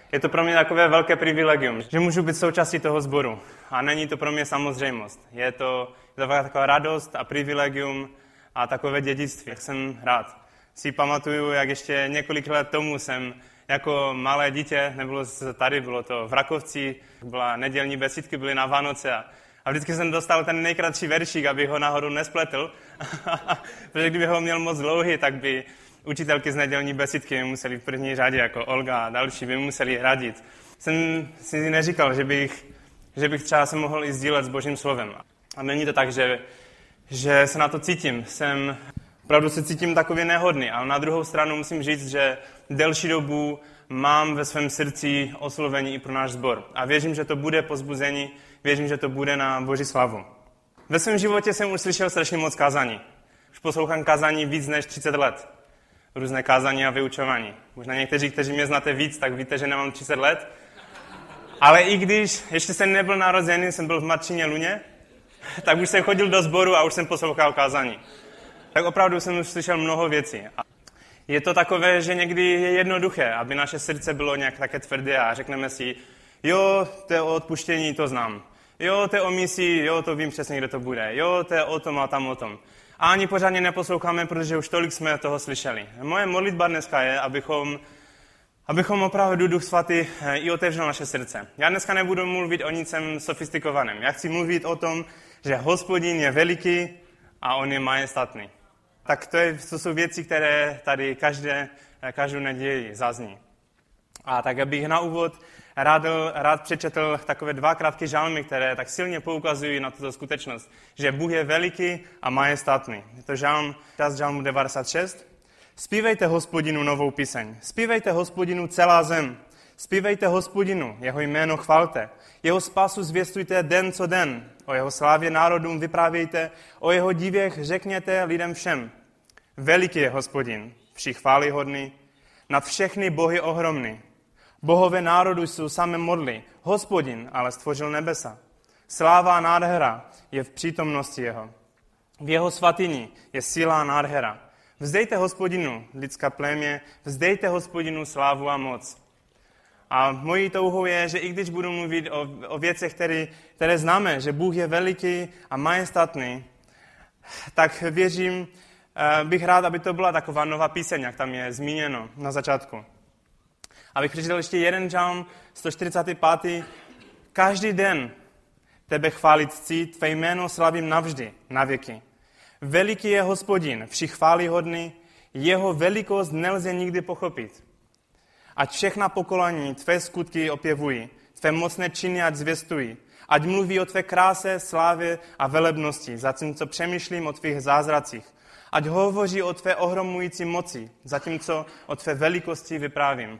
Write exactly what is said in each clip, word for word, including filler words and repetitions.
Je to pro mě takové velké privilegium, že můžu být součástí toho sboru. A není to pro mě samozřejmost. Je to, je to taková radost a privilegium a takové dědictví. Jak jsem rád. Si pamatuju, jak ještě několik let tomu jsem jako malé dítě, nebylo to tady, bylo to v Rakovci, byla nedělní besídky, byly na Vánoce a, a vždycky jsem dostal ten nejkratší veršík, abych ho náhodou nespletl, protože kdyby ho měl moc dlouhý, tak by učitelky z nedělní besídky museli v první řadě, jako Olga a další, by museli radit. Jsem si neříkal, že bych, že bych třeba se mohl i sdílet s Božím slovem. A není to tak, že, že se na to cítím. Jsem, opravdu se cítím takový nehodný, ale na druhou stranu musím říct, že delší dobu mám ve svém srdci oslovení i pro náš sbor. A věřím, že to bude povzbuzení, věřím, že to bude na Boží slavu. Ve svém životě jsem už slyšel strašně moc kázání. Už poslouchám kázání víc než třicet let. Různé kázání a vyučování. Možná někteří, kteří mě znáte víc, tak víte, že nemám třicet let. Ale i když ještě jsem nebyl narozený, jsem byl v Marčině Luně, tak už jsem chodil do sboru a už jsem poslouchal kázání. Tak opravdu jsem už slyšel mnoho věcí. A je to takové, že někdy je jednoduché, aby naše srdce bylo nějak také tvrdé a řekneme si, jo, to je o odpuštění, to znám. Jo, to je o misi, jo, to vím přesně, kde to bude. Jo, to je o tom a tam o tom. A ani pořádně neposloucháme, protože už tolik jsme toho slyšeli. Moje modlitba dneska je, abychom, abychom opravdu Duch Svatý i otevřel naše srdce. Já dneska nebudu mluvit o ničem sofistikovaném. Já chci mluvit o tom, že Hospodin je veliký a on je majestátný. Tak to, je, to jsou věci, které tady každé, každou neděli zazní. A tak bych na úvod rád, rád přečetl takové dva krátké žalmy, které tak silně poukazují na tuto skutečnost, že Bůh je veliký a majestátný. Je to žalm, část žalmu devadesát šest. Zpívejte Hospodinu novou píseň. Zpívejte Hospodinu celá zem. Zpívejte Hospodinu, jeho jméno chvalte. Jeho spásu zvěstujte den co den. O jeho slávě národům vyprávějte, o jeho divech řekněte lidem všem. Veliký je Hospodin, vši chvályhodný, nad všechny bohy ohromný. Bohové národu jsou samé modly, Hospodin ale stvořil nebesa. Sláva a nádhera je v přítomnosti jeho. V jeho svatyni je síla a nádhera. Vzdejte Hospodinu, lidská plémě, vzdejte Hospodinu slávu a moc. A mojí touhou je, že i když budu mluvit o, o věcech, které, které známe, že Bůh je veliký a majestátný, tak věřím, bych rád, aby to byla taková nová píseň, jak tam je zmíněno na začátku. Abych přečetl ještě jeden žalm, sto čtyřicátý pátý. Každý den tebe chválit chci, tvé jméno slavím navždy, na věky. Veliký je Hospodin, vši chvályhodný, jeho velikost nelze nikdy pochopit. Ať všechna pokolení tvé skutky opěvují, tvé mocné činy ať zvěstují, ať mluví o tvé kráse, slávě a velebnosti, zatímco přemýšlím o tvých zázracích. Ať hovoří o tvé ohromující moci, zatímco o tvé velikosti vyprávím.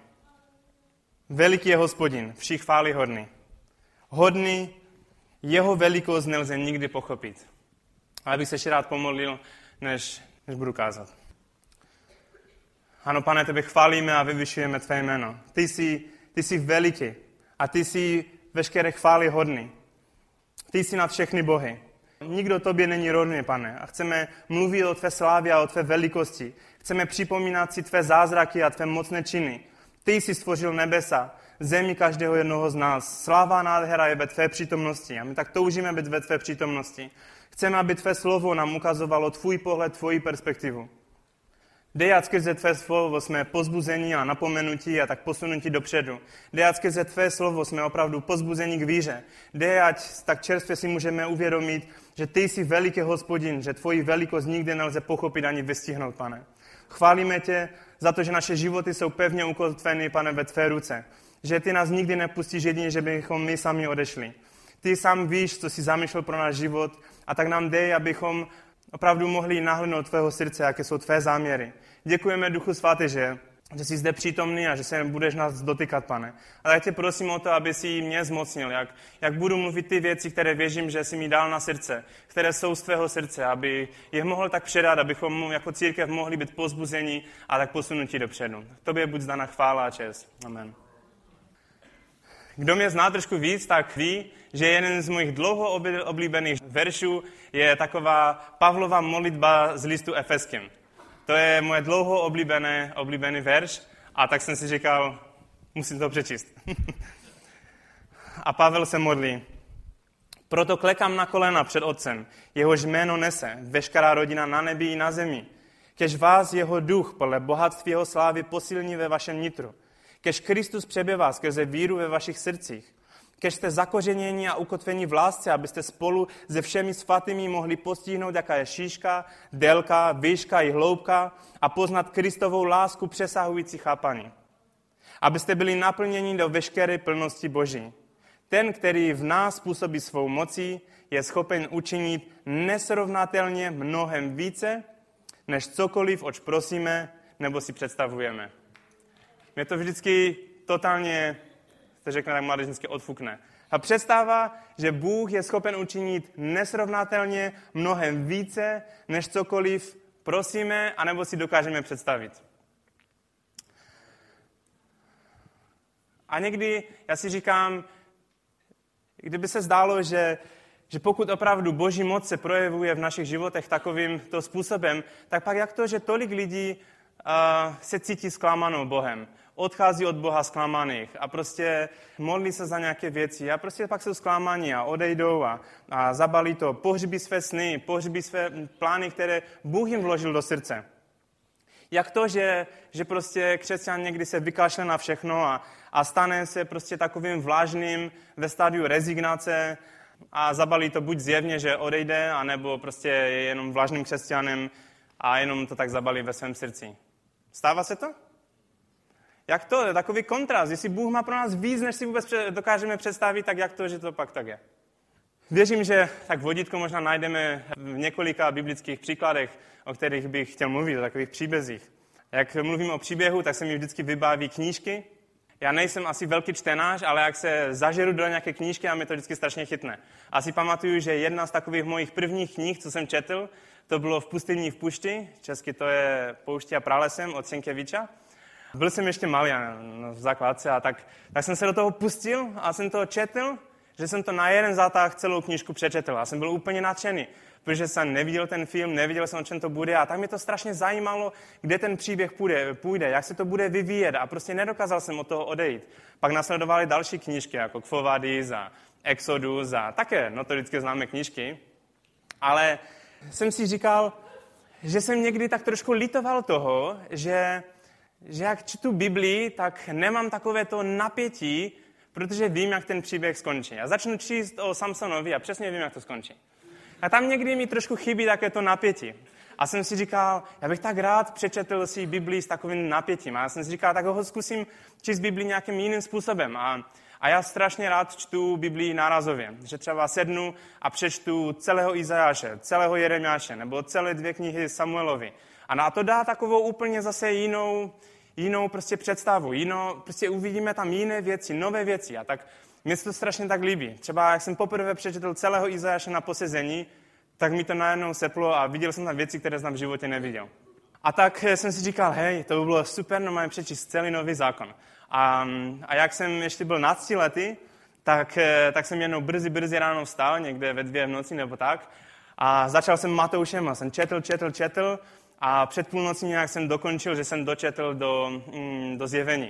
Veliký je Hospodin, vši chvályhodný. Hodný, jeho velikost nelze nikdy pochopit. Ale bych se ještě rád pomodlil, než, než budu kázat. Ano, Pane, tebe chválíme a vyvyšujeme tvé jméno. Ty jsi, ty jsi veliký a ty jsi veškeré chvály hodný. Ty jsi nad všechny bohy. Nikdo tobě není rovný, Pane. A chceme mluvit o tvé slávě a o tvé velikosti. Chceme připomínat si tvé zázraky a tvé mocné činy. Ty jsi stvořil nebesa, zemi každého jednoho z nás. Sláva a nádhera je ve tvé přítomnosti a my tak toužíme být ve tvé přítomnosti. Chceme, aby tvé slovo nám ukazovalo tvůj pohled, tvoji perspektivu. Dej, ať skrze tvé slovo jsme pozbuzení a napomenutí a tak posunutí dopředu. Dej, ať skrze tvé slovo jsme opravdu pozbuzení k víře. Dej, ať tak čerstvě si můžeme uvědomit, že ty jsi veliký Hospodin, že tvoji velikost nikdy nelze pochopit ani vystihnout, Pane. Chválíme tě za to, že naše životy jsou pevně ukotveny, Pane, ve tvé ruce. Že ty nás nikdy nepustíš jedině, že bychom my sami odešli. Ty sám víš, co jsi zamýšlel pro náš život a tak nám dej, abychom opravdu mohli nahlédnout tvého srdce, jaké jsou tvé záměry. Děkujeme, Duchu Svatý, že, že jsi zde přítomný a že se budeš nás dotýkat, Pane. A tak tě prosím o to, aby si mě zmocnil, jak, jak budu mluvit ty věci, které věřím, že jsi mi dal na srdce, které jsou z tvého srdce, aby je mohl tak předat, abychom jako církev mohli být pozbuzeni a tak posunutí dopředu. Tobě buď zdána chvála a čest. Amen. Kdo mě zná trošku víc, tak ví, že jeden z mojich dlouho oblíbených veršů je taková Pavlova modlitba z listu Efeským. To je moje dlouho oblíbené, oblíbený verš a tak jsem si říkal, Musím to přečíst. A Pavel se modlí. Proto klekám na kolena před Otcem, jehož jméno nese veškerá rodina na nebi i na zemi. Kež vás jeho duch podle bohatství jeho slávy posilní ve vašem nitru. Kež Kristus přebývá skrze víru ve vašich srdcích. Kež jste zakořeněni a ukotveni v lásce, abyste spolu se všemi svatými mohli postihnout, jaká je šířka, délka, výška i hloubka a poznat Kristovou lásku přesahující chápání. Abyste byli naplněni do veškeré plnosti Boží. Ten, který v nás působí svou mocí, je schopen učinit nesrovnatelně mnohem více, než cokoliv, oč prosíme nebo si představujeme. Mě to vždycky totálně, to řekne tak mládežnicky, odfukne. A představa, že Bůh je schopen učinit nesrovnatelně mnohem více, než cokoliv prosíme, anebo si dokážeme představit. A někdy já si říkám, kdyby se zdálo, že, že pokud opravdu Boží moc se projevuje v našich životech takovýmto způsobem, tak pak jak to, že tolik lidí uh, se cítí zklamanou Bohem, odchází od Boha zklamaných a prostě modlí se za nějaké věci a prostě pak jsou zklamaní a odejdou a, a zabalí to, pohřbí své sny, pohřbí své plány, které Bůh jim vložil do srdce. Jak to, že, že prostě křesťan někdy se vykašle na všechno a, a stane se prostě takovým vlážným ve stádiu rezignace a zabalí to buď zjevně, že odejde, anebo prostě je jenom vlážným křesťanem a jenom to tak zabalí ve svém srdci. Stává se to? Jak to? Je takový kontrast. Jestli Bůh má pro nás víc, než si vůbec dokážeme představit, tak jak to, že to pak tak je? Věřím, že tak vodítko možná najdeme v několika biblických příkladech, o kterých bych chtěl mluvit, o takových příbězích. Jak mluvím o příběhu, tak se mi vždycky vybaví knížky. Já nejsem asi velký čtenář, ale jak se zažeru do nějaké knížky, a mě to vždycky strašně chytne. Asi pamatuju, že jedna z takových mojich prvních knih, co jsem četl, to bylo V pustyni v pušti, česky to je Poušti a pralesem od Sienkiewicza. Byl jsem ještě malý v základce a tak, tak jsem se do toho pustil a jsem to četl, že jsem to na jeden zátah celou knížku přečetl a jsem byl úplně nadšený, protože jsem neviděl ten film, neviděl jsem, o čem to bude a tak mě to strašně zajímalo, kde ten příběh půjde, půjde, jak se to bude vyvíjet a prostě nedokázal jsem od toho odejít. Pak následovaly další knížky, jako Quo Vadis a Exodus a také notoricky známé knížky, ale jsem si říkal, že jsem někdy tak trošku litoval toho, že, že jak čtu Biblii, tak nemám takové to napětí, protože vím, jak ten příběh skončí. Já začnu číst o Samsonovi a přesně vím, jak to skončí. A tam někdy mi trošku chybí také to napětí. A jsem si říkal, já bych tak rád přečetl si Biblii s takovým napětím. A já jsem si říkal, tak ho zkusím číst Biblii nějakým jiným způsobem. A, a já strašně rád čtu Biblii nárazově. Že třeba sednu a přečtu celého Izajáše, celého Jeremiáše, nebo celé dvě knihy Samuelovi. A na to dá takovou úplně zase jinou, jinou prostě představu. Jinou, prostě uvidíme tam jiné věci, nové věci. A tak mně se to strašně tak líbí. Třeba jak jsem poprvé přečetl celého Izajáše na posezení, tak mi to najednou seplo a viděl jsem tam věci, které jsem v životě neviděl. A tak jsem si říkal, hej, to by bylo super, no mám přečíst celý nový zákon. A, a jak jsem ještě byl nad tři lety, tak, tak jsem jednou brzy, brzy ráno vstal, někde ve dvě v noci nebo tak. A začal jsem Matoušem a jsem četl, četl, četl a před půlnocí nějak jsem dokončil, že jsem dočetl do, mm, do zjevení.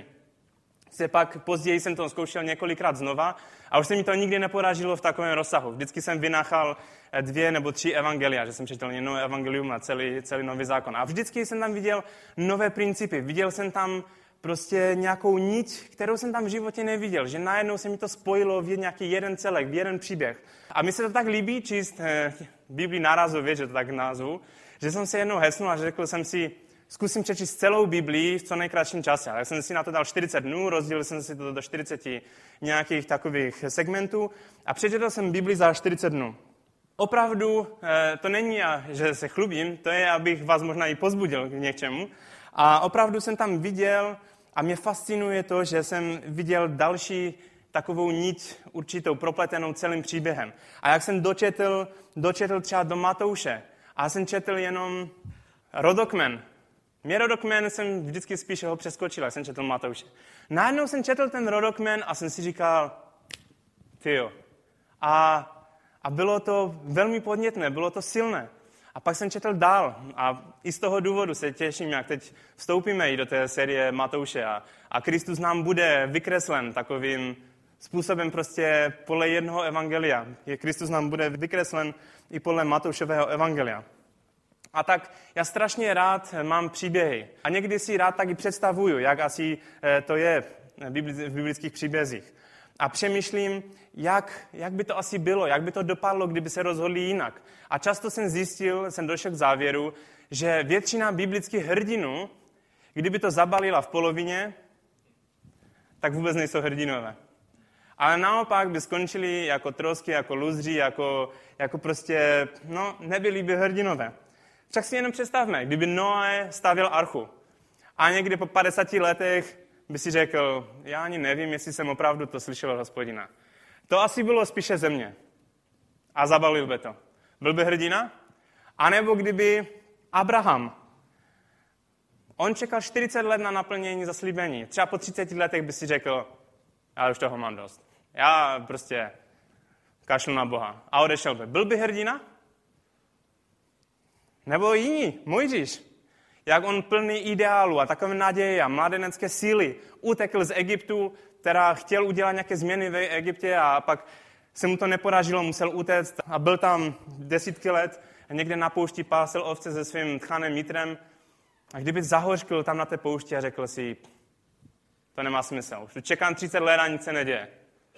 Se pak později jsem to zkoušel několikrát znova a už se mi to nikdy nepodařilo v takovém rozsahu. Vždycky jsem vynachal dvě nebo tři evangelia, že jsem přečetl jedno evangelium na celý, celý nový zákon. A vždycky jsem tam viděl nové principy. Viděl jsem tam prostě nějakou niť, kterou jsem tam v životě neviděl. Že najednou se mi to spojilo v nějaký jeden celek, v jeden příběh. A mi se to tak líbí číst eh, Biblii nárazově, že to tak nazvu, že jsem se jednou hesnul a řekl jsem si, zkusím přečíst celou Biblii v co nejkratším čase. Já jsem si na to dal čtyřicet dnů, rozdělil jsem si to do čtyřiceti nějakých takových segmentů a přečetl jsem Bibli za čtyřicet dnů. Opravdu to není, že se chlubím, to je, abych vás možná i pozbudil k něčemu. A opravdu jsem tam viděl, a mě fascinuje to, že jsem viděl další takovou niť určitou propletenou celým příběhem. A jak jsem dočetl, dočetl třeba do Matouše, a jsem četl jenom rodokmen. Mě rodokmen jsem vždycky spíš ho přeskočil, jak jsem četl Matouše. Najednou jsem četl ten rodokmen a jsem si říkal, tyjo. A, a bylo to velmi podnětné, bylo to silné. A pak jsem četl dál a i z toho důvodu se těším, jak teď vstoupíme i do té série Matouše a, a Kristus nám bude vykreslen takovým způsobem prostě podle jednoho evangelia. Kristus nám bude vykreslen i podle Matoušového evangelia. A tak já strašně rád mám příběhy. A někdy si rád taky představuju, jak asi to je v biblických příbězích. A přemýšlím, jak, jak by to asi bylo, jak by to dopadlo, kdyby se rozhodli jinak. A často jsem zjistil, jsem došel k závěru, že většina biblických hrdinů, kdyby to zabalila v polovině, tak vůbec nejsou hrdinové. Ale naopak by skončili jako trosky, jako luzři, jako, jako prostě, no, nebyli by hrdinové. Však si jenom představme, kdyby Noé stavěl archu a někdy po padesáti letech by si řekl, já ani nevím, jestli jsem opravdu to slyšel od Hospodina. To asi bylo spíše země. A zabalil by to. Byl by hrdina? A nebo kdyby Abraham, on čekal čtyřicet let na naplnění zaslíbení. Třeba po třiceti letech by si řekl, já už toho mám dost. Já prostě kašlu na Boha. A odešel by. Byl by hrdina? Nebo jiní, Mojžíš, jak on plný ideálu a takové naděje a mladenecké síly utekl z Egyptu, která chtěl udělat nějaké změny v Egyptě a pak se mu to nepodařilo, musel utéct a byl tam desítky let a někde na poušti pásel ovce se svým tchanem mitrem a kdyby zahořkl tam na té poušti a řekl si, to nemá smysl, už tu čekám třicet let a nic se neděje.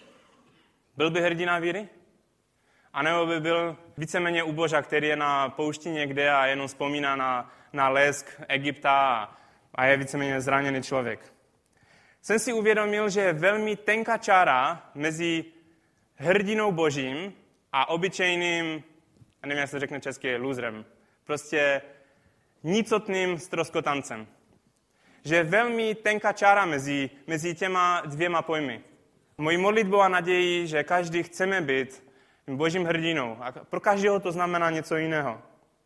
Byl by hrdina víry? A nebo by byl víceméně ubožák, který je na poušti někde a jenom vzpomíná na, na lesk Egypta a, a je víceméně zraněný člověk. Jsem si uvědomil, že je velmi tenká čára mezi hrdinou božím a obyčejným, a nevím, jak se řekne česky, lůzrem. Prostě nicotným ztroskotancem. Že je velmi tenká čára mezi, mezi těma dvěma pojmy. Mojí modlitbou a nadějí, že každý chceme být božím hrdinou. A pro každého to znamená něco jiného.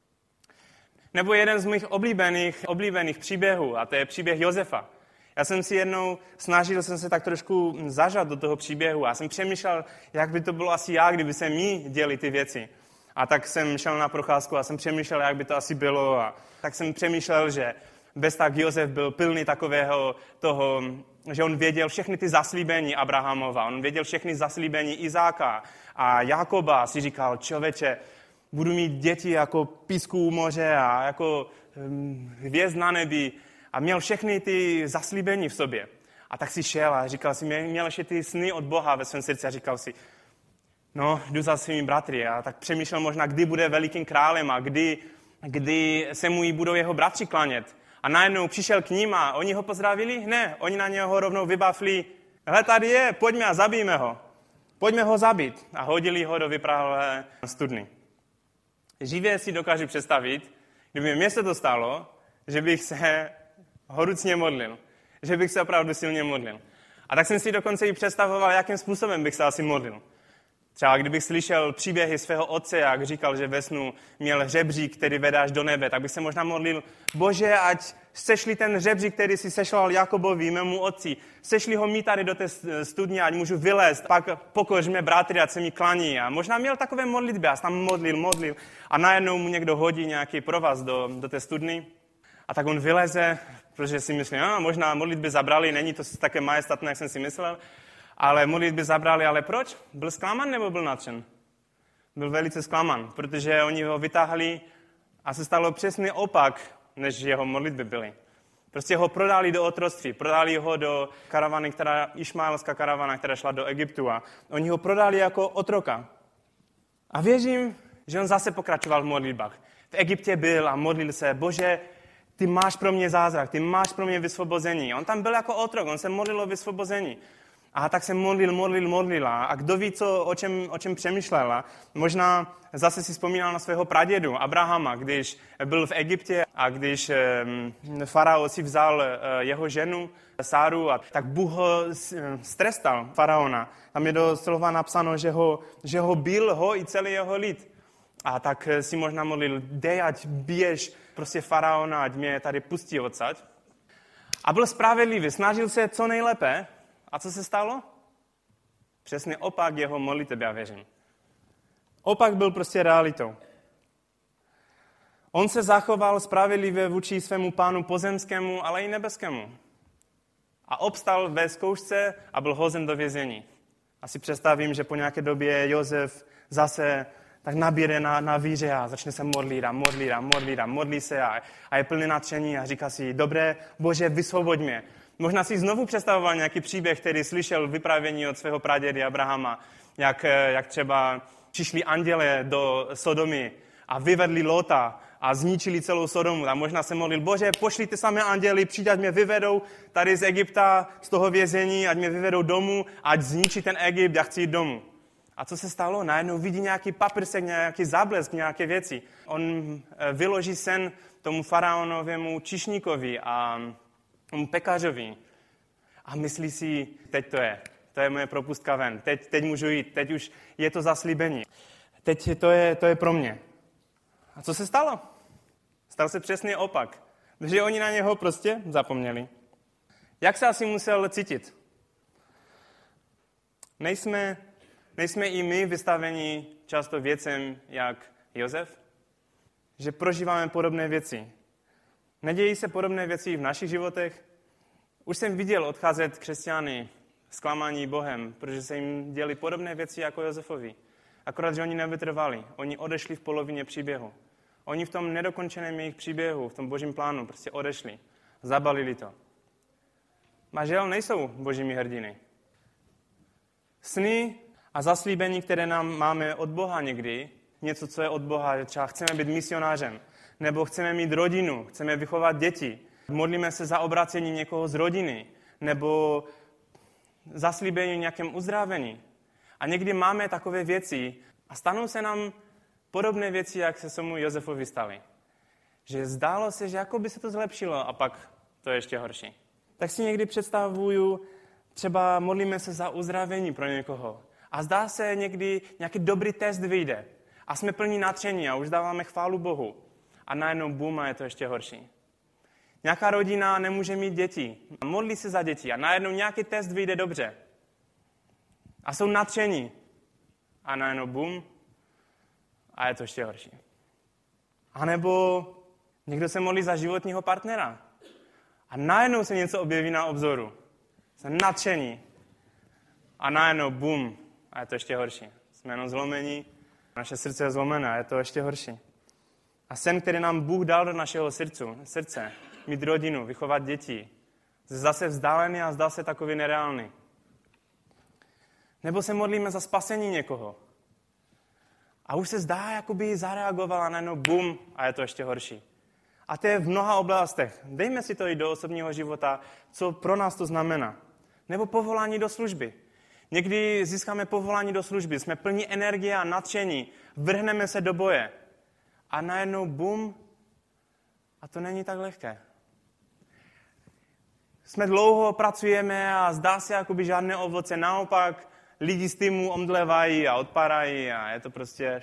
Nebo jeden z mých oblíbených, oblíbených příběhů, a to je příběh Josefa. Já jsem si jednou snažil jsem se tak trošku zažat do toho příběhu a jsem přemýšlel, jak by to bylo asi já, kdyby se mi děli ty věci. A tak jsem šel na procházku a jsem přemýšlel, jak by to asi bylo. A tak jsem přemýšlel, že bez tak Josef byl plný takového toho, že on věděl všechny ty zaslíbení Abrahamova, on věděl všechny zaslíbení Izáka a Jakoba. Si říkal, člověče, budu mít děti jako písku u moře a jako hvězd na nebi. A měl všechny ty zaslíbení v sobě. A tak si šel a říkal si, měl ještě ty sny od Boha ve svém srdci a říkal si, no, jdu za svými bratry. A tak přemýšlel možná, kdy bude velikým králem a kdy, kdy se mu jí budou jeho bratři klanět. A najednou přišel k ním a oni ho pozdravili? Ne, oni na něho rovnou vybavili, hele, tady je, pojďme a zabijme ho. Pojďme ho zabít. A hodili ho do vyprahlé studny. Živě si dokážu představit, kdyby mě se to stalo, že bych se horucně modlil. Že bych se opravdu silně modlil. A tak jsem si dokonce i představoval, jakým způsobem bych se asi modlil. Třeba kdybych slyšel příběhy svého otce, jak říkal, že ve snu měl hřebřík, který vede až do nebe, tak bych se možná modlil, Bože, ať sešli ten hřebřík, který si sešlal Jakobovi, mému otci, sešli ho mi tady do té studně, ať můžu vylézt, pak pokoř mě bratry, ať se mi klaní. A možná měl takové modlitby, a tam modlil, modlil a najednou mu někdo hodí nějaký provaz do, do té studny. A tak on vyleze, protože si myslí, no, možná modlitby zabrali, není to také majestatné, jak jsem si myslel, ale modlitby zabrali, ale proč? Byl zklaman nebo byl nadšen? Byl velice zklaman, protože oni ho vytáhli a se stalo přesný opak, než jeho modlitby byly. Prostě ho prodali do otroctví, prodali ho do karavany, která, išmaelská karavana, která šla do Egyptu a oni ho prodali jako otroka. A věřím, že on zase pokračoval v modlitbách. V Egyptě byl a modlil se, Bože, ty máš pro mě zázrak, ty máš pro mě vysvobození. On tam byl jako otrok, on se modlil o vysvobození. A tak se modlil, modlil, modlil. A kdo ví, co, o, čem, o čem přemýšlela. Možná zase si vzpomínal na svého pradědu Abrahama, když byl v Egyptě a když um, farao si vzal uh, jeho ženu Sáru, a tak Bůh ho strestal, faraona. Tam je doslova napsáno, že ho, že ho bil ho i celý jeho lid. A tak si možná modlil, dej, ať běž prostě faraona, ať mě tady pustí odsať. A byl spravedlivý, snažil se co nejlépe. A co se stalo? Přesně opak jeho modlitby, já věřím. Opak byl prostě realitou. On se zachoval spravedlivě vůči svému pánu pozemskému, ale i nebeskému. A obstal ve zkoušce a byl hozen do vězení. Asi představím, že po nějaké době Josef zase tak nabíre na, na víře a začne se modlit a modlit a modlit a modlí se a, a je plný nadšení a říká si, dobré, Bože, vysvoboď mě. Možná si znovu představoval nějaký příběh, který slyšel vyprávění od svého pradědy Abrahama, jak, jak třeba přišli anděle do Sodomy a vyvedli Lota a zničili celou Sodomu. A možná se modlil, Bože, pošli ty samé anděly, přijď, ať mě vyvedou tady z Egypta, z toho vězení, ať mě vyvedou domů, ať zničí ten Egypt, já chci jít domů. A co se stalo? Najednou vidí nějaký paprsek, nějaký záblesk, nějaké věci. On vyloží sen tomu faraonovému čišníkovi a tomu pekařovi a myslí si, teď to je, to je moje propustka ven, teď, teď můžu jít, teď už je to zaslíbení, teď to je, to je pro mě. A co se stalo? Stal se přesný opak, protože oni na něho prostě zapomněli. Jak se asi musel cítit? Nejsme, nejsme i my vystaveni často věcem jak Josef? Že prožíváme podobné věci. Nedějí se podobné věci i v našich životech? Už jsem viděl odcházet křesťany zklamaní Bohem, protože se jim děly podobné věci jako Josefovi. Akorát, že oni nevytrvali. Oni odešli v polovině příběhu. Oni v tom nedokončeném jejich příběhu, v tom božím plánu prostě odešli. Zabalili to. A žel nejsou božími hrdiny. Sny a zaslíbení, které nám máme od Boha někdy, něco, co je od Boha, že třeba chceme být misionářem, nebo chceme mít rodinu, chceme vychovat děti, modlíme se za obrácení někoho z rodiny, nebo zaslíbení nějakém uzdravení. A někdy máme takové věci a stanou se nám podobné věci, jak se tomu Josefovi staly. Že zdálo se, že jako by se to zlepšilo a pak to je ještě horší. Tak si někdy představuju, třeba modlíme se za uzdravení pro někoho. A zdá se někdy nějaký dobrý test vyjde. A jsme plní nadšení a už dáváme chválu Bohu. A najednou bum a je to ještě horší. Nějaká rodina nemůže mít děti. Modlí se za děti a najednou nějaký test vyjde dobře. A jsou nadšení. A najednou bum a je to ještě horší. A nebo někdo se modlí za životního partnera. A najednou se něco objeví na obzoru. Jsem nadšení. A najednou bum a je to ještě horší. Jsme jenom zlomení. Naše srdce je zlomené a je to ještě horší. A sen, který nám Bůh dal do našeho srdcu, srdce, mít rodinu, vychovat děti, zase vzdálený a zdá se takový nereálný. Nebo se modlíme za spasení někoho. A už se zdá, jakoby zareagovala na jednou bum a je to ještě horší. A to je v mnoha oblastech. Dejme si to i do osobního života, co pro nás to znamená. Nebo povolání do služby. Někdy získáme povolání do služby, jsme plní energie a nadšení, vrhneme se do boje. A najednou bum, a to není tak lehké. Jsme dlouho, pracujeme a zdá se, jakoby žádné ovoce. Naopak lidi z týmu omdlevají a odpadají a je to prostě...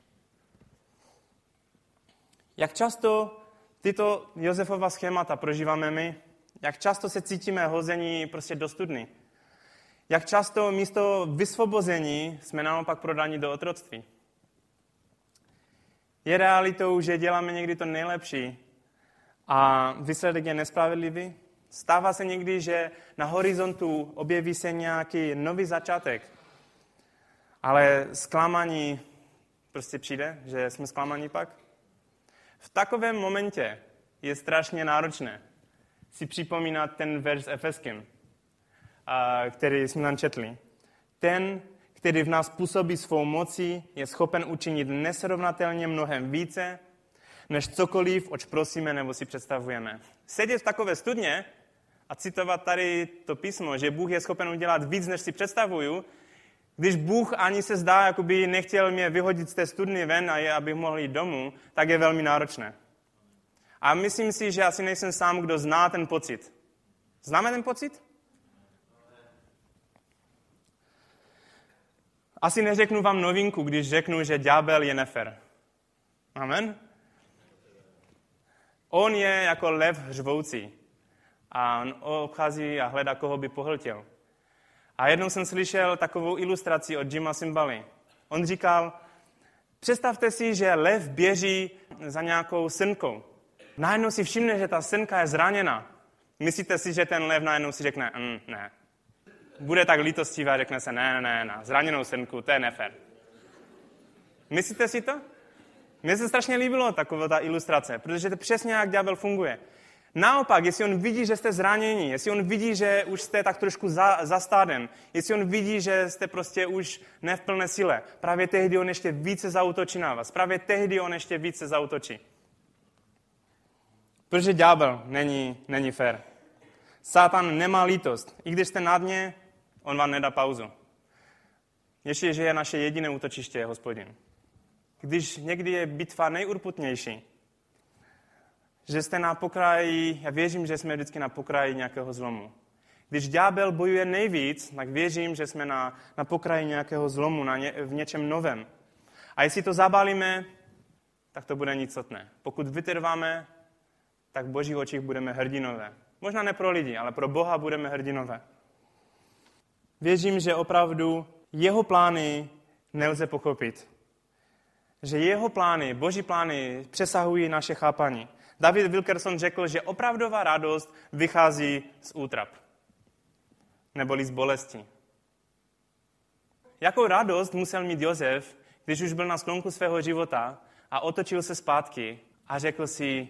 Jak často tyto Josefova schémata prožíváme my? Jak často se cítíme hození prostě do studny? Jak často místo vysvobození jsme naopak prodáni do otroctví? Je realitou, že děláme někdy to nejlepší a výsledek je nespravedlivý? Stává se někdy, že na horizontu objeví se nějaký nový začátek, ale zklamání prostě přijde, že jsme zklamaní pak? V takovém momentě je strašně náročné si připomínat ten verš s Efeským, který jsme tam četli. Ten, který v nás působí svou mocí, je schopen učinit nesrovnatelně mnohem více, než cokoliv, oč prosíme nebo si představujeme. Sedět v takové studně a citovat tady to písmo, že Bůh je schopen udělat víc, než si představuju, když Bůh ani se zdá, jako by nechtěl mě vyhodit z té studny ven, a je, abych mohl jít domů, tak je velmi náročné. A myslím si, že asi nejsem sám, kdo zná ten pocit. Známe ten pocit? Asi neřeknu vám novinku, když řeknu, že ďábel je nefer. Amen? On je jako lev hřvoucí a on obchází a hledá, koho by pohltil. A jednou jsem slyšel takovou ilustraci od Jima Simbaly. On říkal, Představte si, že lev běží za nějakou srnkou. Najednou si všimne, že ta srnka je zraněna. Myslíte si, že ten lev najednou si řekne, mm, ne. Bude tak lítostivý a řekne se, ne, ne, ne, zraněnou srnku, to je nefér. Myslíte si to? Mně se strašně líbilo taková ta ilustrace, protože to přesně jak ďábel funguje. Naopak, jestli on vidí, že jste zranění, jestli on vidí, že už jste tak trošku za, za stádem, jestli on vidí, že jste prostě už ne v plné síle, právě tehdy on ještě více zaútočí na vás. Právě tehdy on ještě více zaútočí. Protože ďábel není, není fér. Satan nemá lítost. I když jste na dně, on vám nedá pauzu. Ještě, že je naše jediné útočiště, je Hospodin. Když někdy je bitva nejurputnější, že jste na pokraji, já věřím, že jsme vždycky na pokraji nějakého zlomu. Když ďábel bojuje nejvíc, tak věřím, že jsme na, na pokraji nějakého zlomu, na ně, v něčem novém. A jestli to zabalíme, tak to bude nicotné. Pokud vytrváme, tak v Božích očích budeme hrdinové. Možná ne pro lidi, ale pro Boha budeme hrdinové. Věřím, že opravdu jeho plány nelze pochopit. Že jeho plány, Boží plány přesahují naše chápání. David Wilkerson řekl, že opravdová radost vychází z útrap. Neboli z bolesti. Jakou radost musel mít Josef, když už byl na sklonku svého života a otočil se zpátky a řekl si,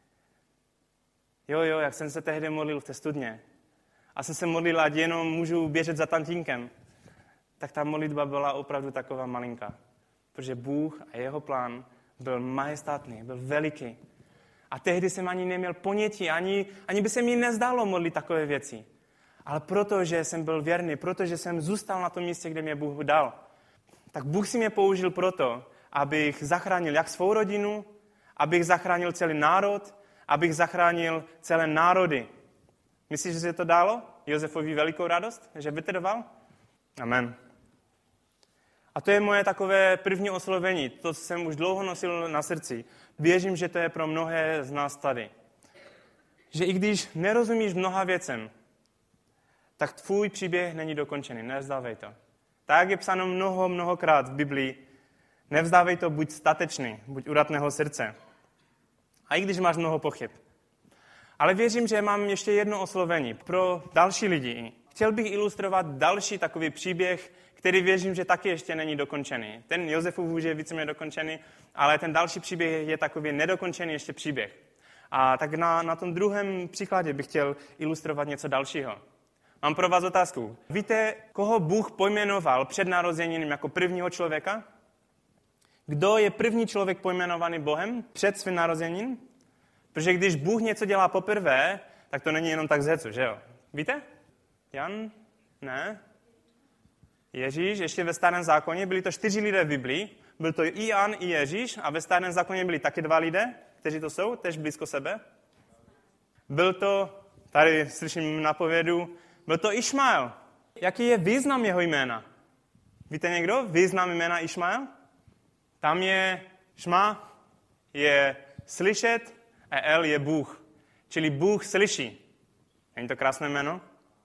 jo, jo, jak jsem se tehdy modlil v té studně a jsem se modlil, ať jenom můžu běžet za tantínkem, tak ta modlitba byla opravdu taková malinká. Protože Bůh a jeho plán byl majestátný, byl veliký. A tehdy jsem ani neměl ponětí, ani, ani by se mi nezdálo modlit takové věci. Ale protože jsem byl věrný, protože jsem zůstal na tom místě, kde mě Bůh dal, tak Bůh si mě použil proto, abych zachránil jak svou rodinu, abych zachránil celý národ, abych zachránil celé národy. Myslíš, že se to dalo? Josefovi velikou radost, že vytrval? Amen. A to je moje takové první oslovení, to jsem už dlouho nosil na srdci. Věřím, že to je pro mnohé z nás tady. Že i když nerozumíš mnoha věcem, tak tvůj příběh není dokončený, nevzdávej to. Tak je psáno mnoho, mnohokrát v Biblii, nevzdávej to, buď statečný, buď udatného srdce. A i když máš mnoho pochyb. Ale věřím, že mám ještě jedno oslovení pro další lidi. Chtěl bych ilustrovat další takový příběh, který věřím, že taky ještě není dokončený. Ten Josefův už je víceméně dokončený, ale ten další příběh je takový nedokončený ještě příběh. A tak na, na tom druhém příkladě bych chtěl ilustrovat něco dalšího. Mám pro vás otázku. Víte, koho Bůh pojmenoval před narozením jako prvního člověka? Kdo je první člověk pojmenovaný Bohem před svým narozením? Protože když Bůh něco dělá poprvé, tak to není jenom tak z hecu, že jo? Víte? Jan? Ne? Ježíš, ještě ve starém zákoně, byli to čtyři lidé v Biblii, byl to i Jan, i Ježíš a ve starém zákoně byli taky dva lidé, kteří to jsou, tež blízko sebe. Byl to, tady slyším napovědu, byl to Išmael. Jaký je význam jeho jména? Víte někdo? Význam jména Išmael? Tam je šma, je slyšet a El je Bůh. Čili Bůh slyší. Není to krásné jméno?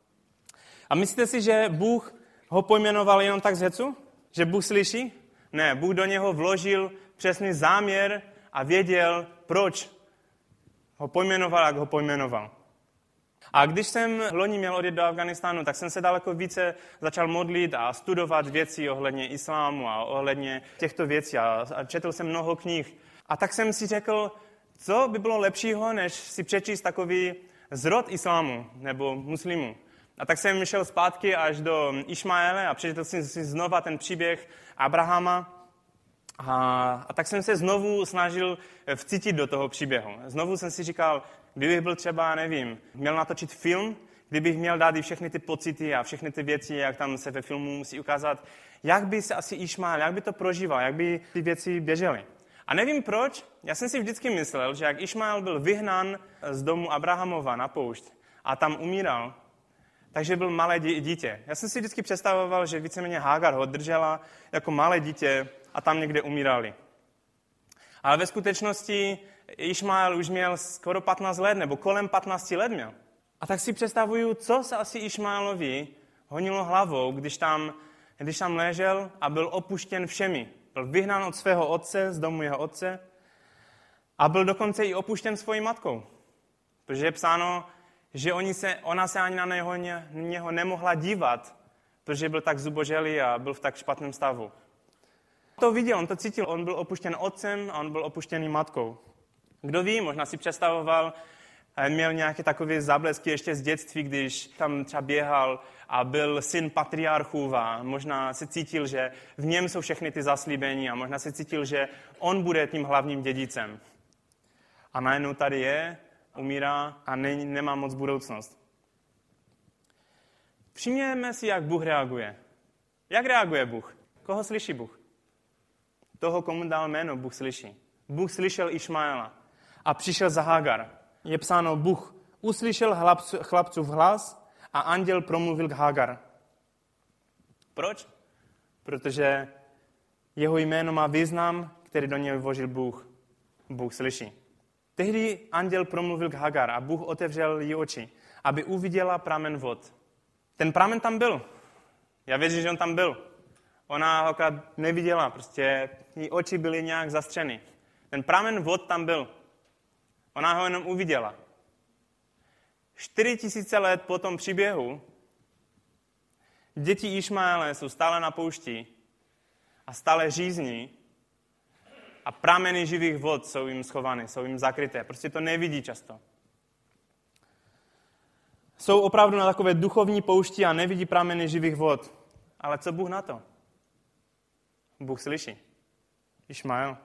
A myslíte si, že Bůh ho pojmenoval jenom tak z hecu? Že Bůh slyší? Ne, Bůh do něho vložil přesný záměr a věděl, proč ho pojmenoval, jak ho pojmenoval. A když jsem loni měl odjet do Afghánistánu, tak jsem se daleko více začal modlit a studovat věci ohledně islámu a ohledně těchto věcí a četl jsem mnoho knih. A tak jsem si řekl, co by bylo lepšího, než si přečíst takový zrod islámu nebo muslimů. A tak jsem šel zpátky až do Išmaele a přečetl jsem si znova ten příběh Abrahama. A, a tak jsem se znovu snažil vcítit do toho příběhu. Znovu jsem si říkal, kdybych byl třeba, nevím, měl natočit film, kdybych měl dát i všechny ty pocity a všechny ty věci, jak tam se ve filmu musí ukázat, jak by se asi Išmael, jak by to prožíval, jak by ty věci běžely. A nevím proč, já jsem si vždycky myslel, že jak Išmael byl vyhnán z domu Abrahamova na poušť a tam umíral, takže byl malé dítě. Já jsem si vždycky představoval, že víceméně Hágar ho držela jako malé dítě a tam někde umírali. Ale ve skutečnosti Išmael už měl skoro patnáct let, nebo kolem patnáct let měl. A tak si představuju, co se asi Išmaelovi honilo hlavou, když tam, když tam ležel a byl opuštěn všemi. Byl vyhnán od svého otce, z domu jeho otce a byl dokonce i opuštěn svojí matkou. Protože je psáno, že oni se, ona se ani na něho, něho nemohla dívat, protože byl tak zuboželý a byl v tak špatném stavu. To viděl, on to cítil, on byl opuštěn otcem a on byl opuštěný matkou. Kdo ví, možná si představoval, měl nějaké takové záblesky ještě z dětství, když tam třeba běhal a byl syn patriarchů a možná se cítil, že v něm jsou všechny ty zaslíbení a možná se cítil, že on bude tím hlavním dědicem. A najednou tady je, umírá a ne, nemá moc budoucnost. Všimněme si, jak Bůh reaguje. Jak reaguje Bůh? Koho slyší Bůh? Toho, komu dal jméno, Bůh slyší. Bůh slyšel Išmaela a přišel za Hagar. Je psáno, Bůh uslyšel chlapcův hlas a anděl promluvil k Hagar. Proč? Protože jeho jméno má význam, který do něj vložil Bůh. Bůh slyší. Tehdy anděl promluvil k Hagar a Bůh otevřel jí oči, aby uviděla pramen vod. Ten pramen tam byl. Já věřím, že on tam byl. Ona ho akorát neviděla, prostě její oči byly nějak zastřeny. Ten pramen vod tam byl. Ona ho jenom uviděla. Čtyři tisíce let po tom příběhu děti Išmaele jsou stále na poušti a stále žízní a prameny živých vod jsou jim schovány, jsou jim zakryté. Prostě to nevidí často. Jsou opravdu na takové duchovní poušti a nevidí prameny živých vod. Ale co Bůh na to? Bůh slyší. Išmael.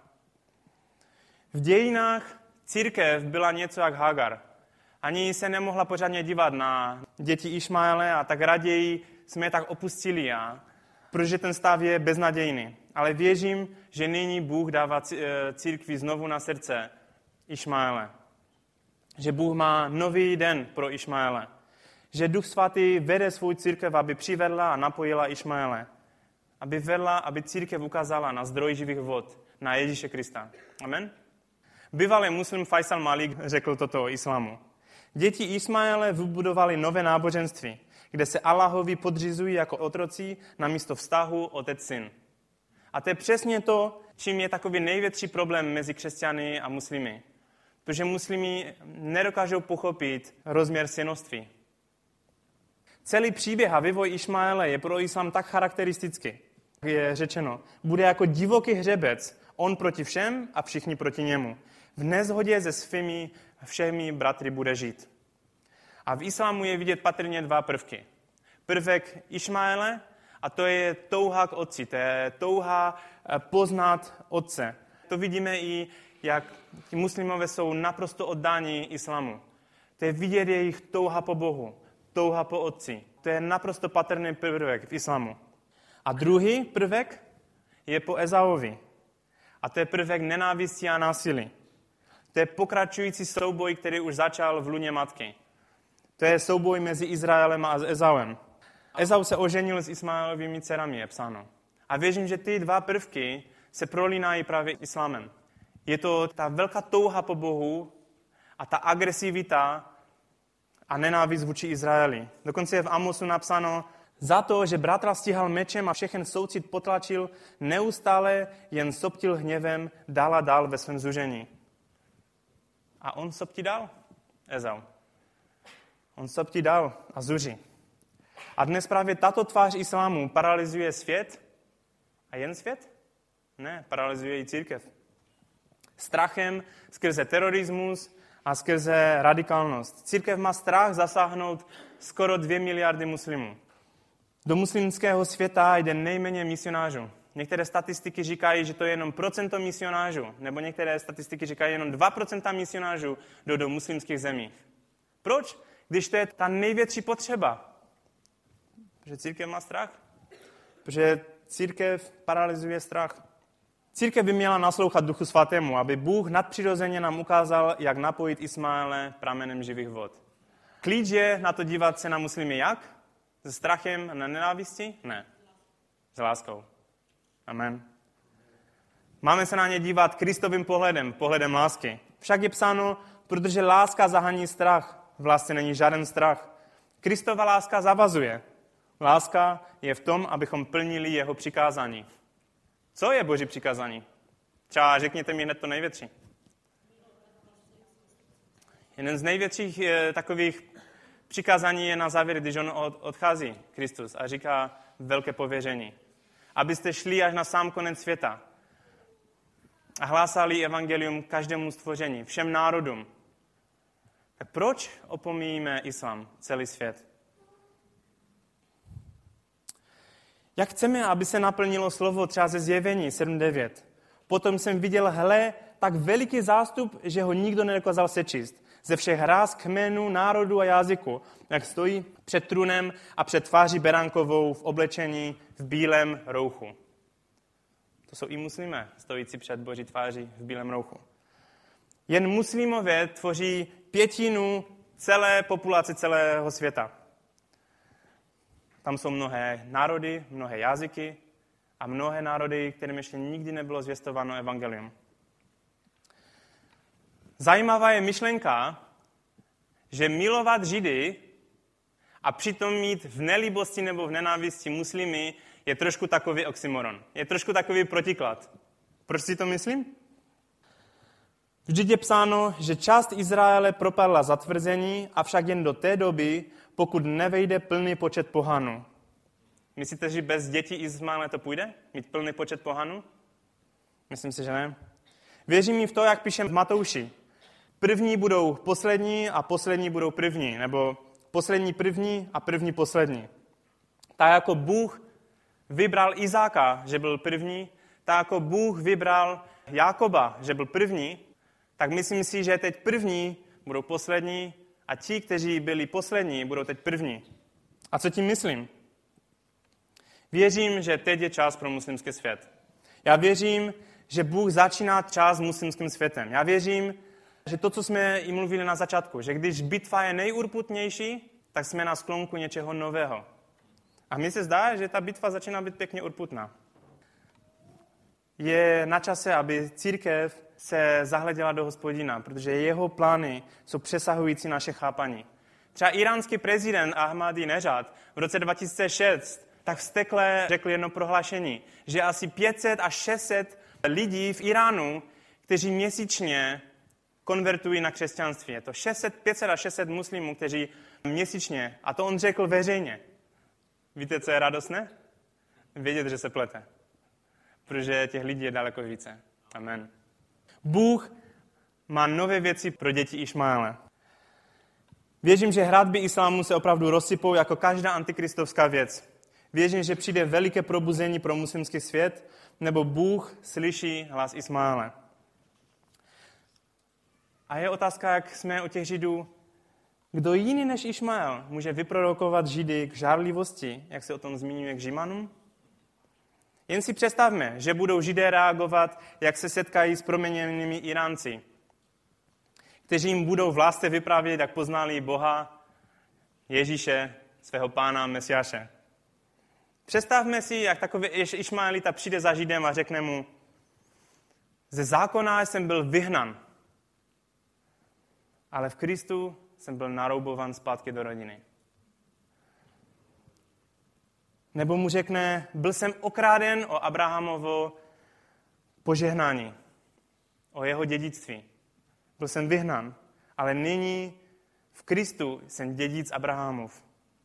V dějinách církev byla něco jak Hagar. Ani se nemohla pořádně dívat na děti Išmaele a tak raději jsme je tak opustili, a, protože ten stav je beznadějný. Ale věřím, že nyní Bůh dává církvi znovu na srdce Išmaele. Že Bůh má nový den pro Išmaele. Že Duch Svatý vede svou církev, aby přivedla a napojila Išmaele. Aby vedla, aby církev ukázala na zdroj živých vod, na Ježíše Krista. Amen? Bývalý muslim Faisal Malik řekl toto o islámu. Děti Ismaele vybudovali nové náboženství, kde se Allahovi podřizují jako otroci na místo vztahu otec-syn. A to je přesně to, čím je takový největší problém mezi křesťany a muslimy. Protože muslimy nedokážou pochopit rozměr synoství. Celý příběh a vývoj Išmaele je pro islám tak charakteristický. Je řečeno, bude jako divoký hřebec, on proti všem a všichni proti němu. V neshodě se svými všemi bratry bude žít. A v islámu je vidět patrně dva prvky. Prvek Išmaele, a to je touha k otci, to je touha poznat otce. To vidíme i, jak ti muslimové jsou naprosto oddáni islámu. To je vidět jejich touha po Bohu, touha po otci. To je naprosto patrný prvek v islámu. A druhý prvek je po Ezauovi. A to je prvek nenávisti a násilí. To je pokračující souboj, který už začal v luně matky. To je souboj mezi Izraelem a Ezauem. Ezau se oženil s Ismaelovými dcerami, je psáno. A věřím, že ty dva prvky se prolínají právě islámem. Je to ta velká touha po Bohu a ta agresivita a nenávist vůči Izraeli. Dokonce je v Amosu napsáno, za to, že bratra stíhal mečem a všechen soucit potlačil, neustále jen soptil hněvem dál a dál ve svém zužení. A on soptí dál? Ezau. On soptí dál a zuří. A dnes právě tato tvář islámu paralyzuje svět. A jen svět? Ne, paralyzuje i církev. Strachem skrze terorismus a skrze radikálnost. Církev má strach zasáhnout skoro dvě miliardy muslimů. Do muslimského světa jde nejméně misionářů. Některé statistiky říkají, že to je jenom procento misionářů, nebo některé statistiky říkají, jenom dva procenta misionářů jdou do muslimských zemí. Proč? Když to je ta největší potřeba. Protože církev má strach. Protože církev paralyzuje strach. Církev by měla naslouchat Duchu Svatému, aby Bůh nadpřirozeně nám ukázal, jak napojit Ismaele pramenem živých vod. Klíč je na to dívat se na muslimy jak? Se strachem na nenávisti? Ne. S láskou. Amen. Máme se na ně dívat Kristovým pohledem, pohledem lásky. Však je psáno, protože láska zahání strach. V lásce není žádný strach. Kristova láska zavazuje. Láska je v tom, abychom plnili jeho přikázání. Co je Boží přikázání? Třeba řekněte mi hned to největší. Jeden z největších je, takových přikázání je na závěr, když on od, odchází, Kristus, a říká velké pověření. Abyste šli až na sám konec světa a hlásali evangelium každému stvoření, všem národům. Tak proč opomíjíme islám, celý svět? Jak chceme, aby se naplnilo slovo třeba ze Zjevení sedm devět? Potom jsem viděl, hle, tak veliký zástup, že ho nikdo nedokázal sečíst. Ze všech ráz, kmenů, národů a jazyku, jak stojí před trůnem a před tváří beránkovou v oblečení v bílém rouchu. To jsou i muslimé, stojící před Boží tváří v bílém rouchu. Jen muslimové tvoří pětinu celé populace celého světa. Tam jsou mnohé národy, mnohé jazyky a mnohé národy, kterým ještě nikdy nebylo zvěstováno evangelium. Zajímavá je myšlenka, že milovat Židy a přitom mít v nelíbosti nebo v nenávisti muslimy je trošku takový oxymoron. Je trošku takový protiklad. Proč si to myslím? Vždyť je psáno, že část Izraele propadla zatvrzení, avšak jen do té doby, pokud nevejde plný počet pohanů. Myslíte, že bez dětí Izmaele to půjde? Mít plný počet pohanů? Myslím si, že ne. Věřím mi v to, jak píšem v Matouši. První budou poslední a poslední budou první, nebo poslední první a první poslední. Tak jako Bůh vybral Izáka, že byl první, tak jako Bůh vybral Jákoba, že byl první, tak myslím si, že teď první budou poslední a ti, kteří byli poslední, budou teď první. A co tím myslím? Věřím, že teď je čas pro muslimský svět. Já věřím, že Bůh začíná čas s muslimským světem. Já věřím, že to, co jsme i mluvili na začátku, že když bitva je nejurputnější, tak jsme na sklonku něčeho nového. A mně se zdá, že ta bitva začíná být pěkně urputná. Je na čase, aby církev se zahleděla do Hospodina, protože jeho plány jsou přesahující naše chápaní. Třeba iránský prezident Ahmadinejad v roce dva tisíce šest tak vztekle řekl jedno prohlášení, že asi pět set až šest set lidí v Iránu, kteří měsíčně konvertují na křesťanství. Je to šest set, pět set až šest set muslimů, kteří měsíčně, a to on řekl veřejně. Víte, co je radostné? Vědět, že se plete. Protože těch lidí je daleko více. Amen. Bůh má nové věci pro děti Išmaele. Věřím, že hradby islámu se opravdu rozsypou jako každá antikristovská věc. Věřím, že přijde veliké probuzení pro muslimský svět, nebo Bůh slyší hlas Ismaele. A je otázka, jak jsme u těch Židů, kdo jiný než Išmael může vyprodukovat Židy k žárlivosti, jak se o tom zmiňuje, k Žimanům? Jen si představme, že budou Židé reagovat, jak se setkají s proměněnými Iránci, kteří jim budou v lásce vyprávět, jak poznali Boha, Ježíše, svého pána, Mesiáše. Představme si, jak takový Išmaelita přijde za Židem a řekne mu, ze zákona jsem byl vyhnan, ale v Kristu jsem byl naroubovan zpátky do rodiny. Nebo mu řekne, byl jsem okráden o Abrahamovo požehnání, o jeho dědictví. Byl jsem vyhnán, ale nyní v Kristu jsem dědic Abrahamův.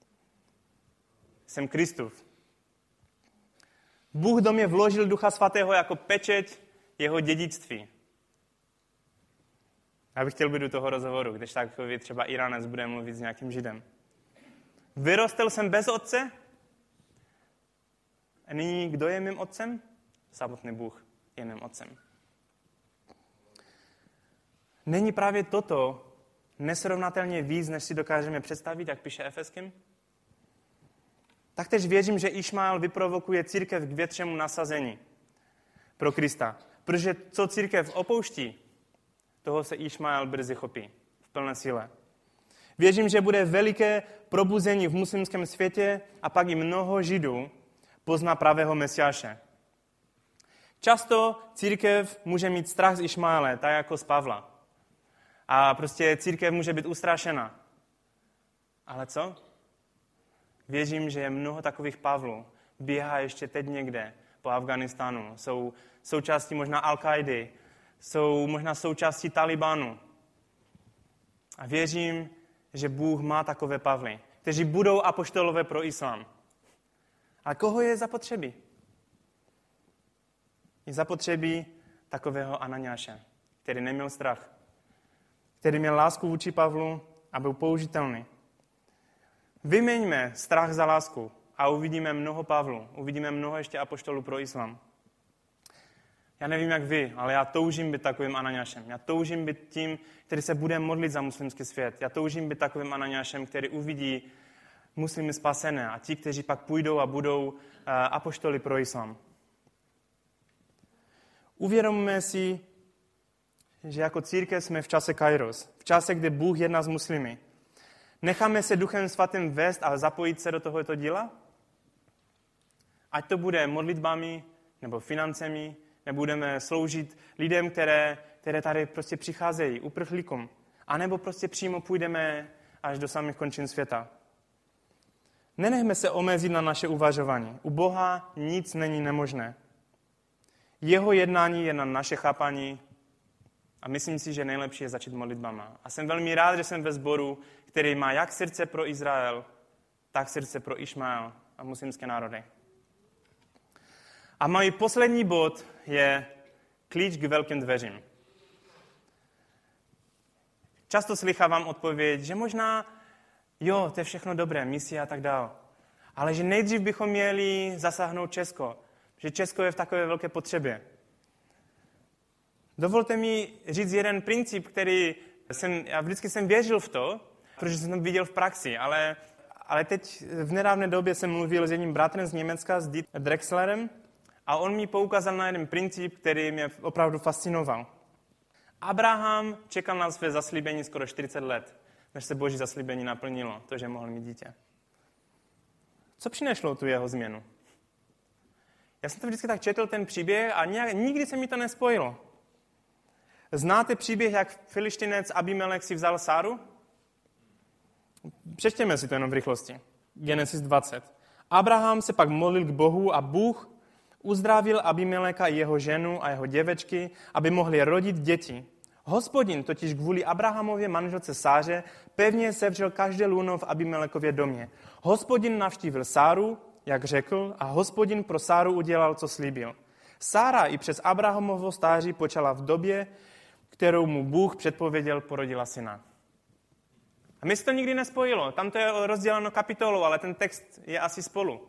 Jsem Kristův. Bůh do mě vložil Ducha Svatého jako pečeť jeho dědictví. Já bych chtěl být u toho rozhovoru, když takový třeba Iránec bude mluvit s nějakým Židem. Vyrostl jsem bez otce? A nyní kdo je mým otcem? Samotný Bůh je mým otcem. Není právě toto nesrovnatelně víc, než si dokážeme představit, jak píše Efeským? Taktéž věřím, že Išmael vyprovokuje církev k většímu nasazení pro Krista. Protože co církev opouští, toho se Išmael brzy chopí v plné síle. Věřím, že bude veliké probuzení v muslimském světě a pak i mnoho Židů pozná pravého Mesiáše. Často církev může mít strach z Išmaele, tak jako z Pavla. A prostě církev může být ustrašena. Ale co? Věřím, že je mnoho takových Pavlů. Běhá ještě teď někde po Afghánistánu, jsou součástí možná Al-Kaidy, jsou možná součástí Talibanu. A věřím, že Bůh má takové Pavly, kteří budou apoštolové pro islám. A koho je zapotřebí? Je zapotřebí takového Ananiáše, který neměl strach, který měl lásku vůči Pavlu a byl použitelný. Vyměňme strach za lásku a uvidíme mnoho Pavlu, uvidíme mnoho ještě apoštolů pro islám. Já nevím, jak vy, ale já toužím být takovým Ananiášem. Já toužím být tím, který se bude modlit za muslimský svět. Já toužím být takovým Ananiášem, který uvidí muslimy spasené a ti, kteří pak půjdou a budou uh, apoštoly pro islám. Uvědomme si, že jako církev jsme v čase Kairos, v čase, kdy Bůh jedná s muslimy. Necháme se Duchem svatým vést a zapojit se do tohoto díla? Ať to bude modlitbami nebo financemi, nebudeme sloužit lidem, které, které tady prostě přicházejí, uprchlíkům. A nebo prostě přímo půjdeme až do samých končin světa. Nenechme se omezit na naše uvažování. U Boha nic není nemožné. Jeho jednání je na naše chápání a myslím si, že nejlepší je začít modlitbama. A jsem velmi rád, že jsem ve sboru, který má jak srdce pro Izrael, tak srdce pro Išmael a muslimské národy. A můj poslední bod je klíč k velkým dveřím. Často slychávám odpověď, že možná, jo, to je všechno dobré, misie a tak dál. Ale že nejdřív bychom měli zasáhnout Česko. Že Česko je v takové velké potřebě. Dovolte mi říct jeden princip, který jsem, já vždycky jsem věřil v to, protože jsem to viděl v praxi, ale, ale teď v nedávné době jsem mluvil s jedním bratrem z Německa, s Dietrichem Drexlerem, a on mi poukázal na jeden princip, který mě opravdu fascinoval. Abraham čekal na své zaslíbení skoro čtyřicet let, než se Boží zaslíbení naplnilo, to, že mohl mít dítě. Co přineslo tu jeho změnu? Já jsem to vždycky tak četl, ten příběh, a nějak, nikdy se mi to nespojilo. Znáte příběh, jak Filištinec Abimelech si vzal Sáru? Přečtěme si to jenom v rychlosti. Genesis dvacet. Abraham se pak modlil k Bohu a Bůh uzdravil Abimeleka i jeho ženu a jeho děvečky, aby mohli rodit děti. Hospodin totiž kvůli Abrahamově manželce Sáře pevně sevřel každé lůno v Abimelekově domě. Hospodin navštívil Sáru, jak řekl, a Hospodin pro Sáru udělal, co slíbil. Sára i přes Abrahamovo stáří počala v době, kterou mu Bůh předpověděl, porodila syna. A mi se to nikdy nespojilo. Tam to je rozděleno kapitolou, ale ten text je asi spolu.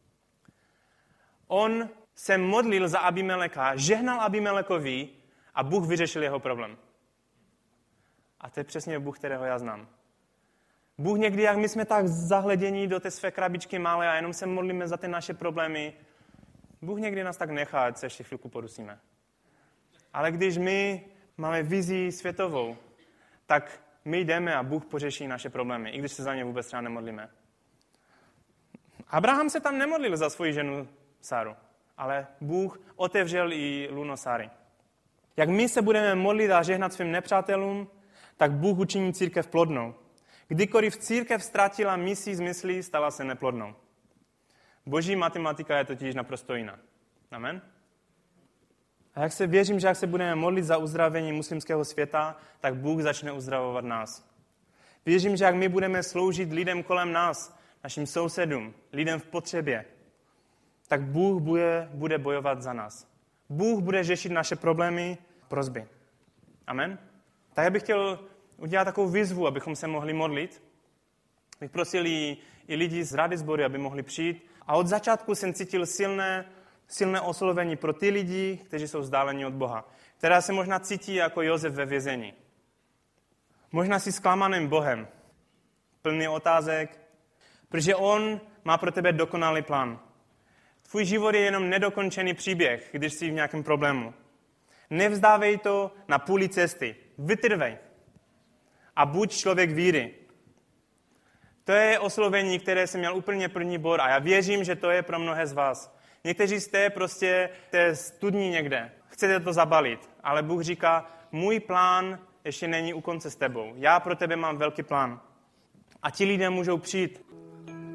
On se modlil za Abimeleka, žehnal Abimelekovi a Bůh vyřešil jeho problém. A to je přesně Bůh, kterého já znám. Bůh někdy, jak my jsme tak zahledění do té své krabičky malé a jenom se modlíme za ty naše problémy, Bůh někdy nás tak nechá, ať se ještě chvilku porusíme. Ale když my máme vizi světovou, tak my jdeme a Bůh pořeší naše problémy, i když se za ně vůbec třeba nemodlíme. Abraham se tam nemodlil za svoji ženu Sáru, ale Bůh otevřel i lůno Sáry. Jak my se budeme modlit a žehnat svým nepřátelům, tak Bůh učiní církev plodnou. Kdykoliv církev ztratila misi z myslí, stala se neplodnou. Boží matematika je totiž naprosto jiná. Amen? A jak se věřím, že jak se budeme modlit za uzdravení muslimského světa, tak Bůh začne uzdravovat nás. Věřím, že jak my budeme sloužit lidem kolem nás, našim sousedům, lidem v potřebě, tak Bůh bude, bude bojovat za nás. Bůh bude řešit naše problémy, prosby. Amen? Tak já bych chtěl udělat takovou výzvu, abychom se mohli modlit. Bych prosil i, i lidi z Rady sbory, aby mohli přijít. A od začátku jsem cítil silné, silné oslovení pro ty lidi, kteří jsou vzdáleni od Boha. Která se možná cítí jako Josef ve vězení. Možná si zklamaným Bohem. Plný otázek. Protože on má pro tebe dokonalý plán. Tvůj život je jenom nedokončený příběh, když jsi v nějakém problému. Nevzdávej to na půli cesty. Vytrvej. A buď člověk víry. To je oslovení, které jsem měl úplně první bod a já věřím, že to je pro mnohé z vás. Někteří jste prostě té studní někde. Chcete to zabalit, ale Bůh říká, můj plán ještě není u konce s tebou. Já pro tebe mám velký plán. A ti lidé můžou přijít.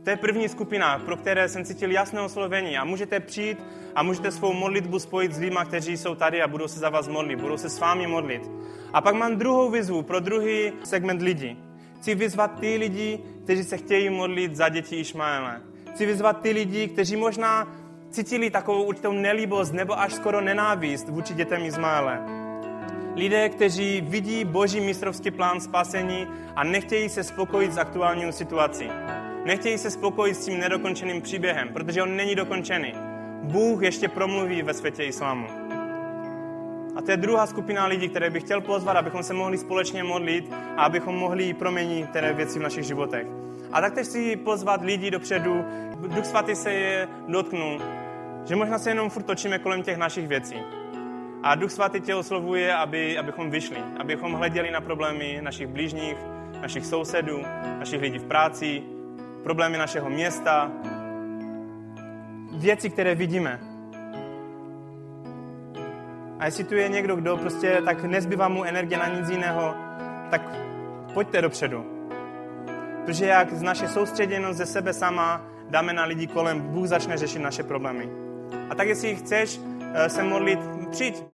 To je první skupina, pro které jsem cítil jasné oslovení a můžete přijít a můžete svou modlitbu spojit s lidmi, kteří jsou tady a budou se za vás modlit, budou se s vámi modlit. A pak mám druhou výzvu pro druhý segment lidí. Chci vyzvat ty lidi, kteří se chtějí modlit za děti Išmaele. Chci vyzvat ty lidi, kteří možná cítili takovou určitou nelíbost nebo až skoro nenávist vůči dětem Izmaele. Lidé, kteří vidí Boží mistrovský plán spasení a nechtějí se spokojit s aktuální situací. Nechtějí se spokojit s tím nedokončeným příběhem, protože on není dokončený. Bůh ještě promluví ve světě islámu. A to je druhá skupina lidí, které bych chtěl pozvat, abychom se mohli společně modlit a abychom mohli proměnit které věci v našich životech. A taktéž si pozvat lidi dopředu, Duch Svatý se je dotknul, že možná se jenom furt točíme kolem těch našich věcí. A Duch Svatý tě oslovuje, aby, abychom vyšli, abychom hleděli na problémy našich blížních, našich sousedů, našich lidí v práci, problémy našeho města, věci, které vidíme. A jestli tu je někdo, kdo prostě tak nezbývá mu energie na nic jiného, tak pojďte dopředu. Protože jak z naše soustředěnost ze sebe sama dáme na lidi kolem, Bůh začne řešit naše problémy. A tak jestli chceš se modlit, přijď.